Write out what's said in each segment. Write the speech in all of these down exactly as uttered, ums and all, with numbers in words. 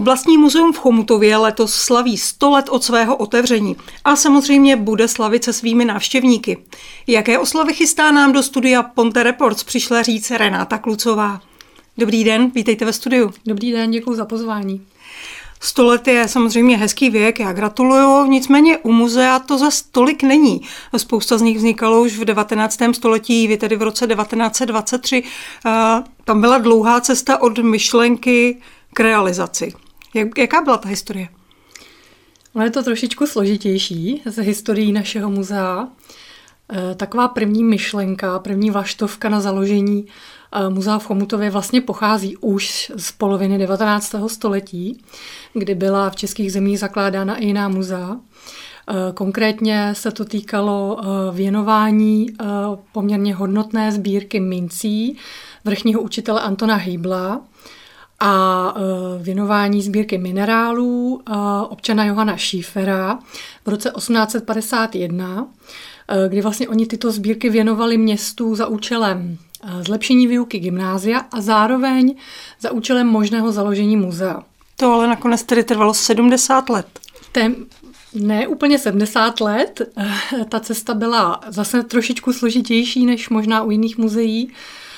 Oblastní muzeum v Chomutově letos slaví sto let od svého otevření a samozřejmě bude slavit se svými návštěvníky. Jaké oslavy chystá nám do studia Ponte Reports přišla říct Renáta Klucová. Dobrý den, vítejte ve studiu. Dobrý den, děkuji za pozvání. Sto let je samozřejmě hezký věk, já gratuluju, nicméně u muzea to zas tolik není. Spousta z nich vznikalo už v devatenáctém století, vy tedy v roce devatenáct set dvacet tři. Tam byla dlouhá cesta od myšlenky k realizaci. Jaká byla ta historie? Ono je to trošičku složitější z historií našeho muzea. Taková první myšlenka, první vlaštovka na založení muzea v Chomutově vlastně pochází už z poloviny devatenáctého století, kdy byla v českých zemích zakládána i jiná muzea. Konkrétně se to týkalo věnování poměrně hodnotné sbírky mincí vrchního učitele Antona Hýbla a věnování sbírky minerálů občana Johana Schífera v roce osmnáct set padesát jedna, kdy vlastně oni tyto sbírky věnovali městu za účelem zlepšení výuky gymnázia a zároveň za účelem možného založení muzea. To ale nakonec tedy trvalo sedmdesát let. Tém, ne úplně sedmdesát let, ta cesta byla zase trošičku složitější než možná u jiných muzeí.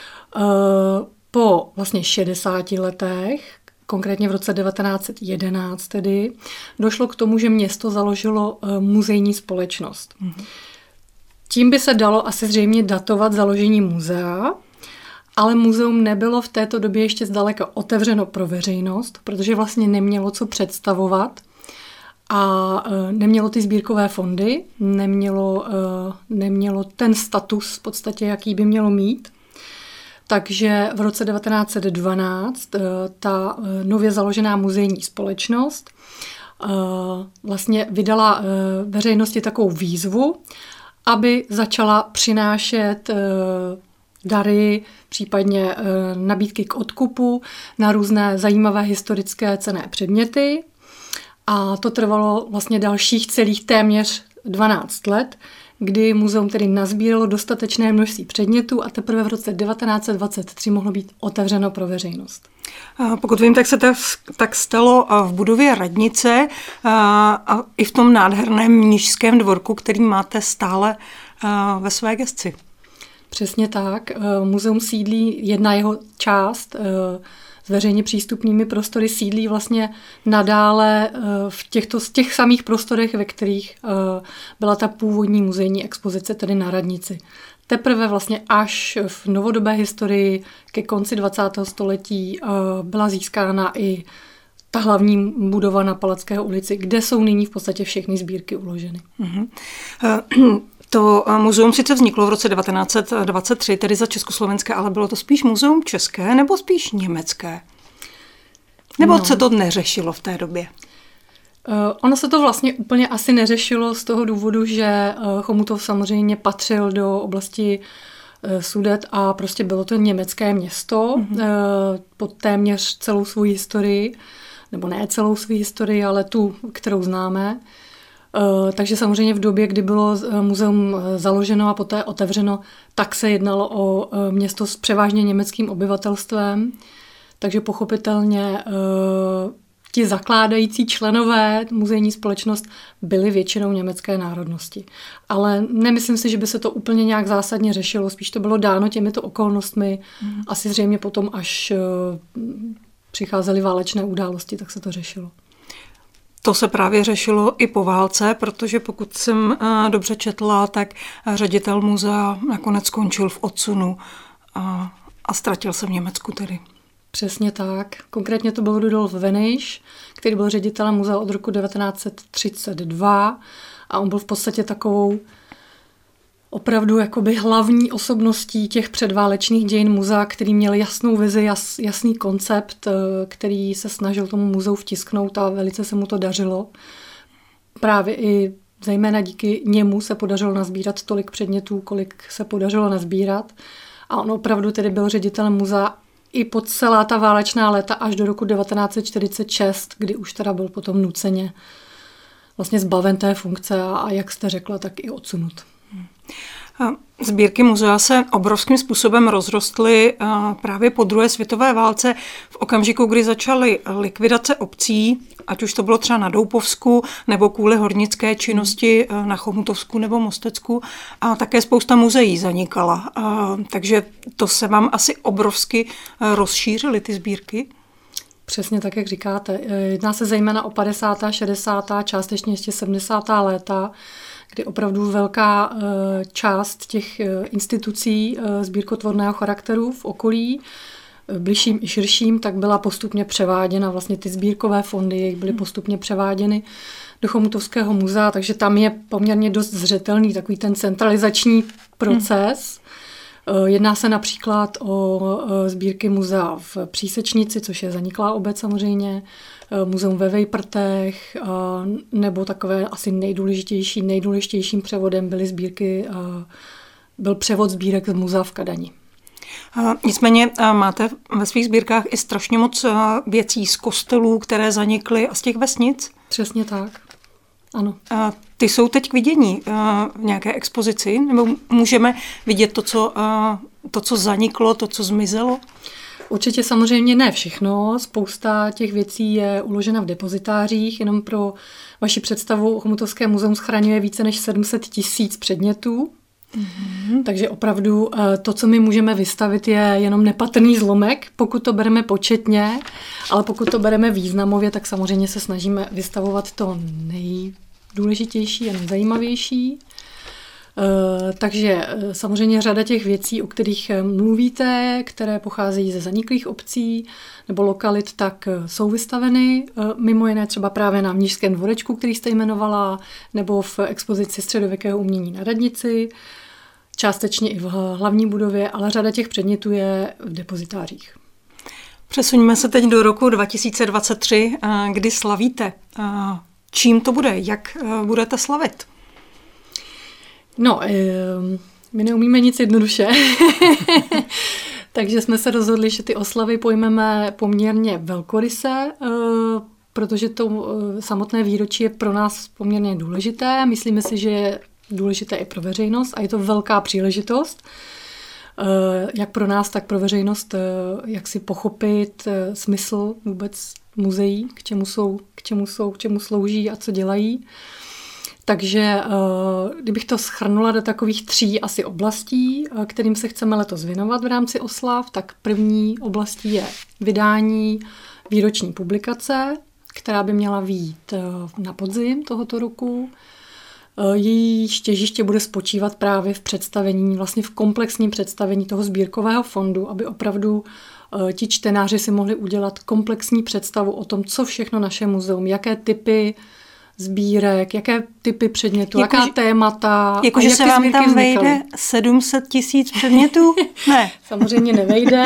Po vlastně šedesáti letech, konkrétně v roce devatenáct set jedenáct tedy, došlo k tomu, že město založilo muzejní společnost. Mhm. Tím by se dalo asi zřejmě datovat založení muzea, ale muzeum nebylo v této době ještě zdaleka otevřeno pro veřejnost, protože vlastně nemělo co představovat a nemělo ty sbírkové fondy, nemělo, nemělo ten status v podstatě, jaký by mělo mít. Takže v roce devatenáct set dvanáct ta nově založená muzejní společnost vlastně vydala veřejnosti takovou výzvu, aby začala přinášet dary, případně nabídky k odkupu na různé zajímavé historické cenné předměty. A to trvalo vlastně dalších celých téměř dvanáct let, kdy muzeum tedy nazbíralo dostatečné množství předmětů a teprve v roce devatenáct set dvacet tři mohlo být otevřeno pro veřejnost. Pokud vím, tak se tak stalo v budově radnice a i v tom nádherném Mnišském dvorku, který máte stále ve své gesci. Přesně tak. Muzeum sídlí, jedna jeho část s veřejně přístupnými prostory sídlí vlastně nadále v těchto, z těch samých prostorech, ve kterých byla ta původní muzejní expozice, tedy na radnici. Teprve vlastně až v novodobé historii ke konci dvacátého století byla získána i ta hlavní budova na Palackého ulici, kde jsou nyní v podstatě všechny sbírky uloženy. Mm-hmm. Uh, to muzeum sice vzniklo v roce devatenáct set dvacet tři, tedy za československé, ale bylo to spíš muzeum české nebo spíš německé? Nebo no. se to neřešilo v té době? Uh, ono se to vlastně úplně asi neřešilo z toho důvodu, že uh, Chomutov samozřejmě patřil do oblasti uh, Sudet a prostě bylo to německé město mm-hmm. uh, pod téměř celou svou historii, nebo ne celou svou historii, ale tu, kterou známe. Uh, takže samozřejmě v době, kdy bylo muzeum založeno a poté otevřeno, tak se jednalo o uh, město s převážně německým obyvatelstvem, takže pochopitelně uh, ti zakládající členové muzejní společnost byli většinou německé národnosti. Ale nemyslím si, že by se to úplně nějak zásadně řešilo, spíš to bylo dáno těmito okolnostmi. Mm. Asi zřejmě potom, až uh, přicházely válečné události, tak se to řešilo. To se právě řešilo i po válce, protože pokud jsem uh, dobře četla, tak ředitel muzea nakonec skončil v odsunu a, a ztratil se v Německu tedy. Přesně tak. Konkrétně to byl Rudolf Weneisch, který byl ředitelem muzea od roku devatenáct set třicet dva a on byl v podstatě takovou opravdu jakoby hlavní osobností těch předválečných dějin muzea, který měl jasnou vizi, jas, jasný koncept, který se snažil tomu muzeu vtisknout a velice se mu to dařilo. Právě i zejména díky němu se podařilo nazbírat tolik předmětů, kolik se podařilo nazbírat. A on opravdu tedy byl ředitelem muzea i po celá ta válečná léta až do roku devatenáct set čtyřicet šest, kdy už teda byl potom nuceně vlastně zbaven té funkce a, a jak jste řekla, tak i odsunut. Sbírky muzea se obrovským způsobem rozrostly právě po druhé světové válce v okamžiku, kdy začaly likvidace obcí, ať už to bylo třeba na Doupovsku, nebo kvůli hornické činnosti na Chomutovsku nebo Mostecku. A také spousta muzeí zanikala. Takže to se vám asi obrovsky rozšířily ty sbírky? Přesně tak, jak říkáte. Jedná se zejména o padesátá, šedesátá, částečně ještě sedmdesátá léta, kdy opravdu velká část těch institucí sbírkotvorného charakteru v okolí, bližším i širším, tak byla postupně převáděna, vlastně ty sbírkové fondy jejich byly postupně převáděny do Chomutovského muzea, takže tam je poměrně dost zřetelný takový ten centralizační proces. Hmm. Jedná se například o sbírky muzea v Přísečnici, což je zaniklá obec samozřejmě, muzeum ve Vejprtech, nebo takové asi nejdůležitější, nejdůležitějším převodem byly sbírky, byl převod sbírek z muzea v Kadani. Nicméně máte ve svých sbírkách i strašně moc věcí z kostelů, které zanikly, a z těch vesnic? Přesně tak, ano. A ty jsou teď k vidění v nějaké expozici? Nebo můžeme vidět to, co, to, co zaniklo, to, co zmizelo? Určitě samozřejmě ne všechno. Spousta těch věcí je uložena v depozitářích. Jenom pro vaši představu, Chomutovské muzeum schraňuje více než sedm set tisíc předmětů. Mm-hmm. Takže opravdu to, co my můžeme vystavit, je jenom nepatrný zlomek, pokud to bereme početně, ale pokud to bereme významově, tak samozřejmě se snažíme vystavovat to nejdůležitější a nejzajímavější. Takže samozřejmě řada těch věcí, o kterých mluvíte, které pocházejí ze zaniklých obcí nebo lokalit, tak jsou vystaveny. Mimo jiné třeba právě na Mnišském dvorečku, který jste jmenovala, nebo v expozici středověkého umění na Radnici, částečně i v hlavní budově, ale řada těch předmětů je v depozitářích. Přesuňme se teď do roku dva tisíce dvacet tři, kdy slavíte. Čím to bude? Jak budete slavit? No, my neumíme nic jednoduše, takže jsme se rozhodli, že ty oslavy pojmeme poměrně velkoryse, protože to samotné výročí je pro nás poměrně důležité. Myslíme si, že je důležité i pro veřejnost a je to velká příležitost, jak pro nás, tak pro veřejnost, jak si pochopit smysl vůbec muzeí, k čemu jsou, k čemu jsou, k čemu slouží a co dělají. Takže kdybych to shrnula do takových tří asi oblastí, kterým se chceme letos věnovat v rámci oslav, tak první oblastí je vydání výroční publikace, která by měla vyjít na podzim tohoto roku. Její těžiště bude spočívat právě v představení, vlastně v komplexním představení toho sbírkového fondu, aby opravdu ti čtenáři si mohli udělat komplexní představu o tom, co všechno naše muzeum, jaké typy sbírek, jaké typy předmětů, jako, jaká témata. Jakože se vám tam vznikaly. Vejde sedm set tisíc předmětů? Ne. Samozřejmě nevejde.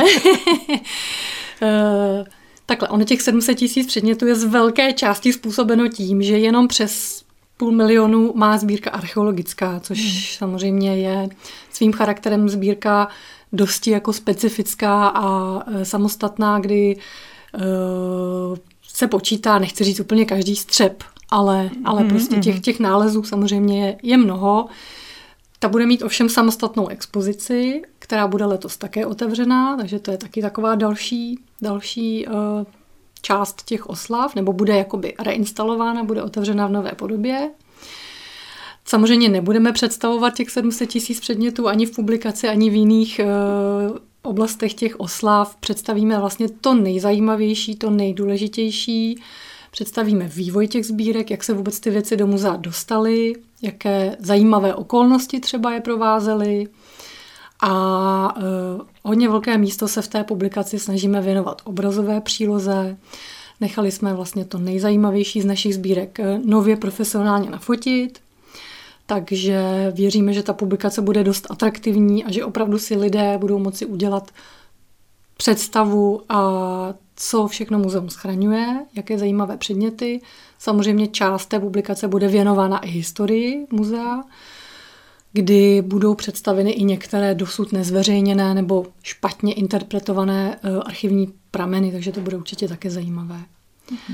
Takhle, ono těch sedm set tisíc předmětů je z velké části způsobeno tím, že jenom přes půl milionu má sbírka archeologická, což hmm. samozřejmě je svým charakterem sbírka dosti jako specifická a samostatná, kdy uh, se počítá, nechci říct úplně každý střep, ale, ale prostě těch, těch nálezů samozřejmě je, je mnoho. Ta bude mít ovšem samostatnou expozici, která bude letos také otevřená, takže to je taky taková další, další uh, část těch oslav, nebo bude jakoby reinstalována, bude otevřena v nové podobě. Samozřejmě nebudeme představovat těch sedm set tisíc předmětů ani v publikaci, ani v jiných uh, oblastech těch oslav. Představíme vlastně to nejzajímavější, to nejdůležitější. Představíme vývoj těch sbírek, jak se vůbec ty věci do muzea dostaly, jaké zajímavé okolnosti třeba je provázely. A uh, hodně velké místo se v té publikaci snažíme věnovat obrazové příloze. Nechali jsme vlastně to nejzajímavější z našich sbírek nově profesionálně nafotit. Takže věříme, že ta publikace bude dost atraktivní a že opravdu si lidé budou moci udělat představu, a co všechno muzeum schraňuje, jaké zajímavé předměty. Samozřejmě část té publikace bude věnována i historii muzea, kdy budou představeny i některé dosud nezveřejněné nebo špatně interpretované archivní prameny, takže to bude určitě také zajímavé. Mm-hmm.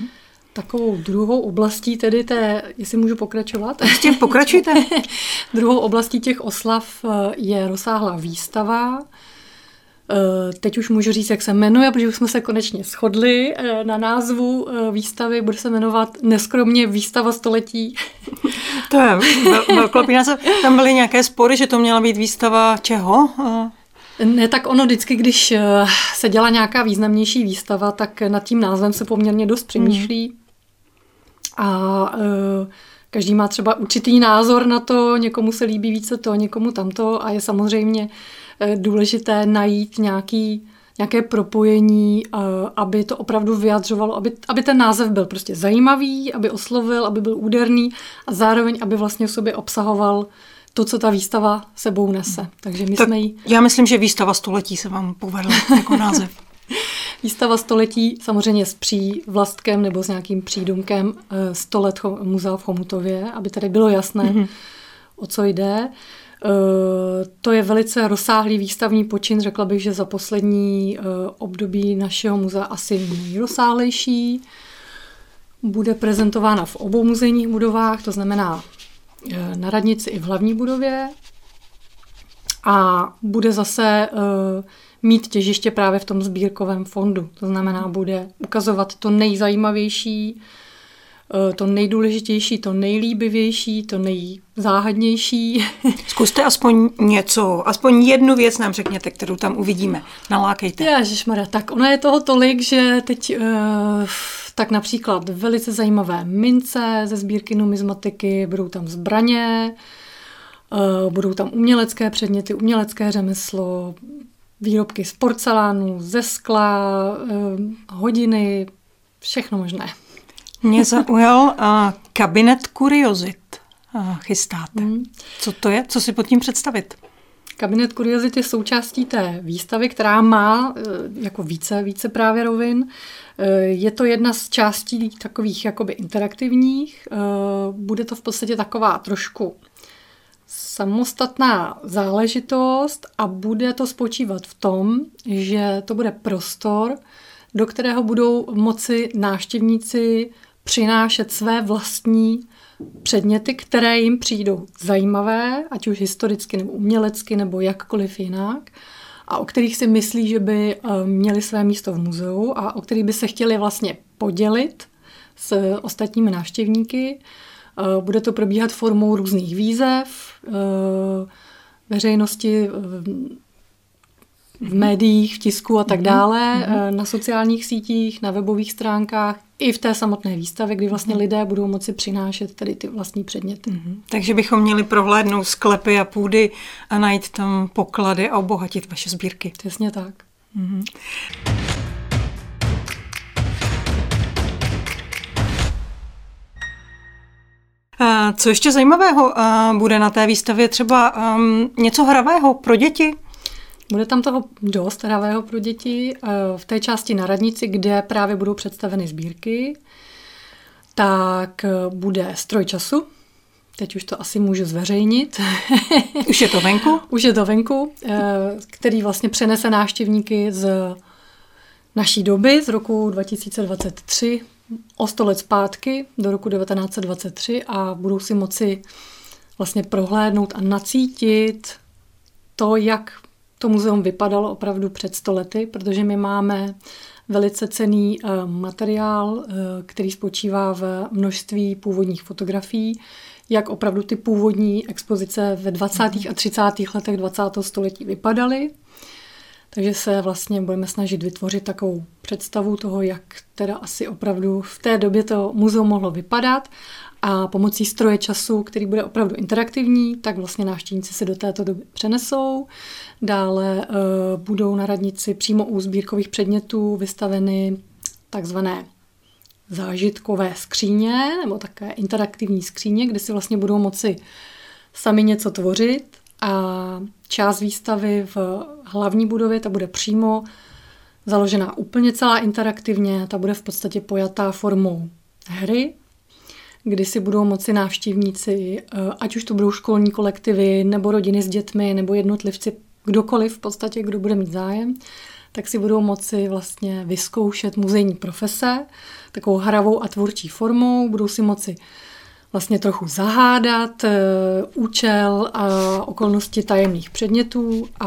Takovou druhou oblastí tedy té, jestli můžu pokračovat? S tím pokračujte. Druhou oblastí těch oslav je rozsáhlá výstava. Teď už můžu říct, jak se jmenuje, protože už jsme se konečně shodli na názvu výstavy. Bude se jmenovat neskromně Výstava století. To je velký název. Tam byly nějaké spory, že to měla být výstava čeho? Ne, tak ono vždycky, když se dělá nějaká významnější výstava, tak nad tím názvem se poměrně dost přemýšlí. Hmm. A každý má třeba určitý názor na to, někomu se líbí více to, někomu tamto a je samozřejmě důležité najít nějaký, nějaké propojení, aby to opravdu vyjadřovalo, aby, aby ten název byl prostě zajímavý, aby oslovil, aby byl úderný a zároveň, aby vlastně v sobě obsahoval to, co ta výstava sebou nese. Takže my tak jsme jí... Já myslím, že Výstava století se vám povedla jako název. Výstava století samozřejmě s přívlastkem nebo s nějakým přídomkem sto let muzea v Chomutově, aby tady bylo jasné, mm-hmm. o co jde. To je velice rozsáhlý výstavní počin, řekla bych, že za poslední období našeho muzea asi nejrozsáhlejší. Bude prezentována v obou muzejních budovách, to znamená na radnici i v hlavní budově. A bude zase mít těžiště právě v tom sbírkovém fondu. To znamená, bude ukazovat to nejzajímavější, to nejdůležitější, to nejlíbivější, to nejzáhadnější. Zkuste aspoň něco, aspoň jednu věc nám řekněte, kterou tam uvidíme. Nalákejte. Ježišmarja, tak ono je toho tolik, že teď uh, tak například velice zajímavé mince ze sbírky numizmatiky, budou tam zbraně, uh, budou tam umělecké předměty, umělecké řemeslo, výrobky z porcelánu, ze skla, uh, hodiny, všechno možné. Mě zaujal uh, kabinet kuriozit. Uh, chystáte. Hmm. Co to je? Co si pod tím představit? Kabinet kuriozit je součástí té výstavy, která má uh, jako více, více právě rovin. Uh, je to jedna z částí takových jakoby interaktivních. Uh, bude to v podstatě taková trošku samostatná záležitost a bude to spočívat v tom, že to bude prostor, do kterého budou moci návštěvníci přinášet své vlastní předměty, které jim přijdou zajímavé, ať už historicky nebo umělecky nebo jakkoliv jinak, a o kterých si myslí, že by měli své místo v muzeu a o kterých by se chtěli vlastně podělit s ostatními návštěvníky. Bude to probíhat formou různých výzev, veřejnosti, v médiích, v tisku a tak dále, mm-hmm. na sociálních sítích, na webových stránkách, i v té samotné výstavě, kdy vlastně mm-hmm. lidé budou moci přinášet tady ty vlastní předměty. Mm-hmm. Takže bychom měli prohlédnout sklepy a půdy a najít tam poklady a obohatit vaše sbírky. Přesně tak. Mm-hmm. A co ještě zajímavého bude na té výstavě? Třeba um, něco hravého pro děti? Bude tam toho dost hravého pro děti. V té části na radnici, kde právě budou představeny sbírky, tak bude stroj času. Teď už to asi můžu zveřejnit. Už je to venku? Už je to venku, který vlastně přenese návštěvníky z naší doby, z roku dva tisíce dvacet tři, o sto let zpátky, do roku devatenáct set dvacet tři, a budou si moci vlastně prohlédnout a nacítit to, jak to muzeum vypadalo opravdu před sto lety, protože my máme velice cenný materiál, který spočívá v množství původních fotografií, jak opravdu ty původní expozice ve dvacátých a třicátých letech dvacátého století vypadaly. Takže se vlastně budeme snažit vytvořit takovou představu toho, jak teda asi opravdu v té době to muzeum mohlo vypadat, a pomocí stroje času, který bude opravdu interaktivní, tak vlastně návštěvníci se do této doby přenesou. Dále uh, budou na radnici přímo u sbírkových předmětů vystaveny takzvané zážitkové skříně, nebo také interaktivní skříně, kde si vlastně budou moci sami něco tvořit, a část výstavy v hlavní budově, ta bude přímo založená úplně celá interaktivně, ta bude v podstatě pojatá formou hry, kdy si budou moci návštěvníci, ať už to budou školní kolektivy, nebo rodiny s dětmi, nebo jednotlivci, kdokoliv v podstatě, kdo bude mít zájem, tak si budou moci vlastně vyzkoušet muzejní profese takovou hravou a tvůrčí formou, budou si moci vlastně trochu zahádat e, účel a okolnosti tajemných předmětů a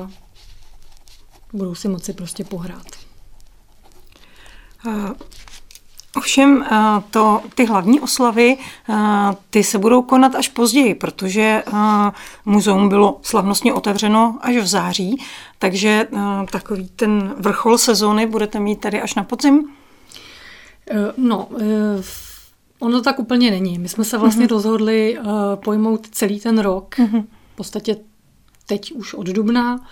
budou si moci prostě pohrát. Uh. Ovšem to, ty hlavní oslavy, ty se budou konat až později, protože muzeum bylo slavnostně otevřeno až v září, takže takový ten vrchol sezóny budete mít tady až na podzim? No, ono tak úplně není. My jsme se vlastně uh-huh. rozhodli pojmout celý ten rok, uh-huh. v podstatě teď už od dubna,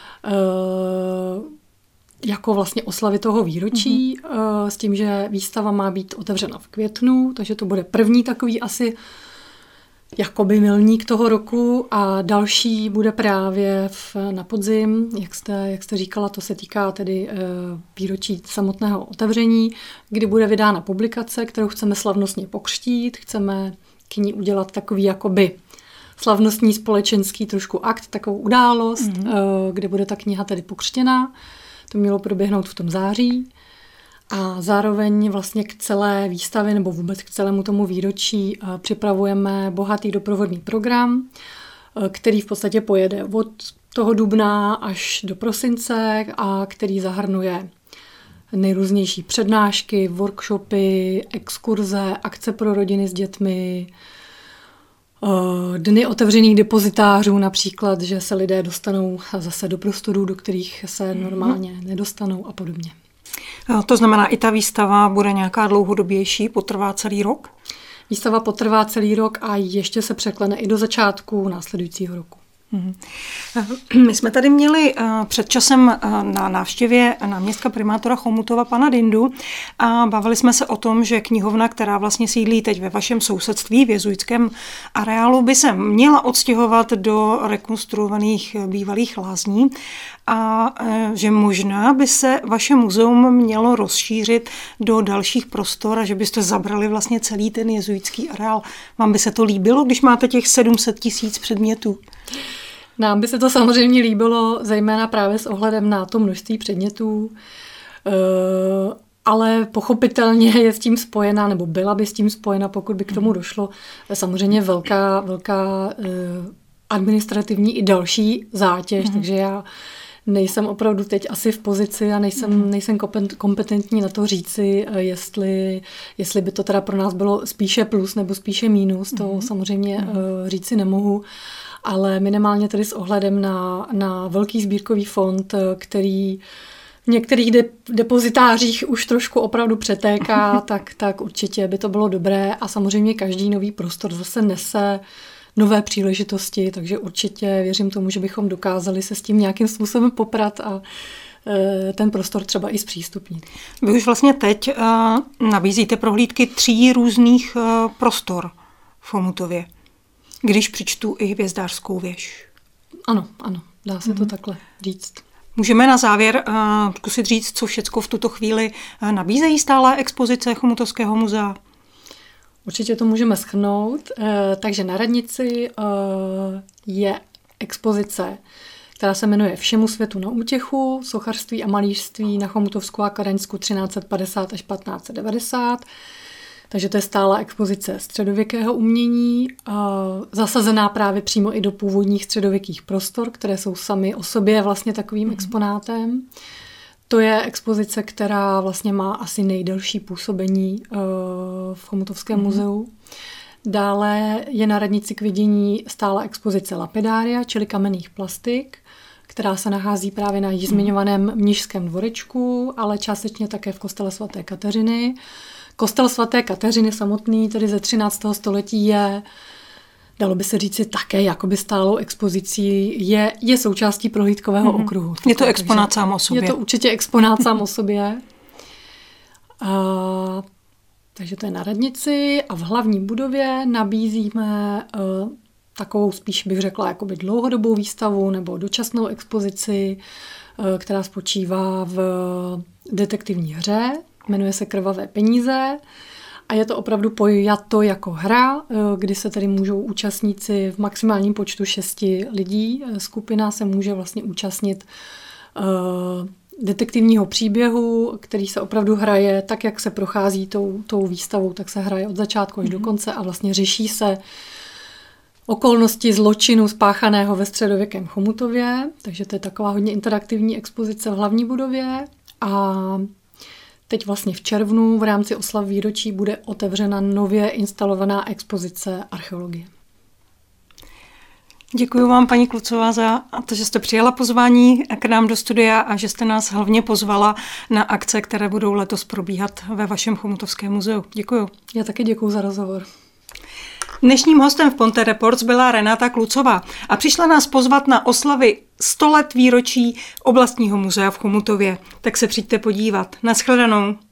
jako vlastně oslavy toho výročí, mm-hmm. s tím, že výstava má být otevřena v květnu, takže to bude první takový asi jakoby milník toho roku a další bude právě v, na podzim, jak jste, jak jste říkala, to se týká tedy e, výročí samotného otevření, kdy bude vydána publikace, kterou chceme slavnostně pokřtít, chceme k ní udělat takový jakoby slavnostní společenský trošku akt, takovou událost, mm-hmm. e, kde bude ta kniha tedy pokřtěná. To mělo proběhnout v tom září a zároveň vlastně k celé výstavě nebo vůbec k celému tomu výročí připravujeme bohatý doprovodný program, který v podstatě pojede od toho dubna až do prosince a který zahrnuje nejrůznější přednášky, workshopy, exkurze, akce pro rodiny s dětmi, dny otevřených depozitářů například, že se lidé dostanou zase do prostorů, do kterých se normálně nedostanou a podobně. To znamená, i ta výstava bude nějaká dlouhodobější, potrvá celý rok? Výstava potrvá celý rok a ještě se překlene i do začátku následujícího roku. My jsme tady měli před časem na návštěvě náměstka primátora Chomutova pana Dindu a bavili jsme se o tom, že knihovna, která vlastně sídlí teď ve vašem sousedství v jezuitském areálu, by se měla odstěhovat do rekonstruovaných bývalých lázní a že možná by se vaše muzeum mělo rozšířit do dalších prostor a že byste zabrali vlastně celý ten jezuitský areál. Vám by se to líbilo, když máte těch sedm set tisíc předmětů? Nám by se to samozřejmě líbilo, zejména právě s ohledem na to množství předmětů, ale pochopitelně je s tím spojena, nebo byla by s tím spojena, pokud by k tomu došlo, samozřejmě velká, velká administrativní i další zátěž, mm-hmm. takže já nejsem opravdu teď asi v pozici a nejsem, nejsem kompetentní na to říci, jestli, jestli by to teda pro nás bylo spíše plus nebo spíše mínus, to mm-hmm. samozřejmě mm-hmm. říci nemohu. Ale minimálně tedy s ohledem na, na velký sbírkový fond, který v některých de, depozitářích už trošku opravdu přetéká, tak, tak určitě by to bylo dobré a samozřejmě každý nový prostor zase nese nové příležitosti, takže určitě věřím tomu, že bychom dokázali se s tím nějakým způsobem poprat a e, ten prostor třeba i zpřístupnit. Vy už vlastně teď e, nabízíte prohlídky tří různých e, prostor v Chomutově. Když přičtu i Hvězdářskou věž. Ano, ano, dá se to mm. takhle říct. Můžeme na závěr uh, zkusit říct, co všecko v tuto chvíli uh, nabízejí stálé expozice Chomutovského muzea? Určitě to můžeme shrnout. Uh, takže na radnici uh, je expozice, která se jmenuje Všemu světu na útěchu, sochařství a malířství na Chomutovskou a Kadaňsku třináct padesát až patnáct devadesát. Takže to je stála expozice středověkého umění, zasazená právě přímo i do původních středověkých prostor, které jsou sami o sobě vlastně takovým mm. exponátem. To je expozice, která vlastně má asi nejdelší působení v Chomutovském mm. muzeu. Dále je na radnici k vidění stála expozice Lapidária, čili kamenných plastik, která se nachází právě na již zmiňovaném Mnišském dvorečku, ale částečně také v kostele svaté Kateřiny. Kostel svaté Kateřiny samotný, tedy ze třináctého století, je, dalo by se říci, také jakoby stálou expozicí, je, je součástí prohlídkového mm-hmm. okruhu. Je to exponát sám o sobě. Je to určitě exponát sám o sobě. A, takže to je na radnici a v hlavní budově nabízíme uh, takovou spíš bych řekla jakoby dlouhodobou výstavu nebo dočasnou expozici, uh, která spočívá v detektivní hře. Jmenuje se Krvavé peníze a je to opravdu pojato jako hra, kdy se tedy můžou účastníci v maximálním počtu šesti lidí. Skupina se může vlastně účastnit detektivního příběhu, který se opravdu hraje tak, jak se prochází tou, tou výstavou, tak se hraje od začátku až mm. do konce a vlastně řeší se okolnosti zločinu spáchaného ve středověkém Chomutově, takže to je taková hodně interaktivní expozice v hlavní budově a teď vlastně v červnu v rámci oslav výročí bude otevřena nově instalovaná expozice archeologie. Děkuji vám, paní Klucová, za to, že jste přijala pozvání k nám do studia a že jste nás hlavně pozvala na akce, které budou letos probíhat ve vašem Chomutovském muzeu. Děkuji. Já taky děkuji za rozhovor. Dnešním hostem v Ponte Reports byla Renáta Klucová a přišla nás pozvat na oslavy sto let výročí oblastního muzea v Chomutově. Tak se přijďte podívat. Naschledanou.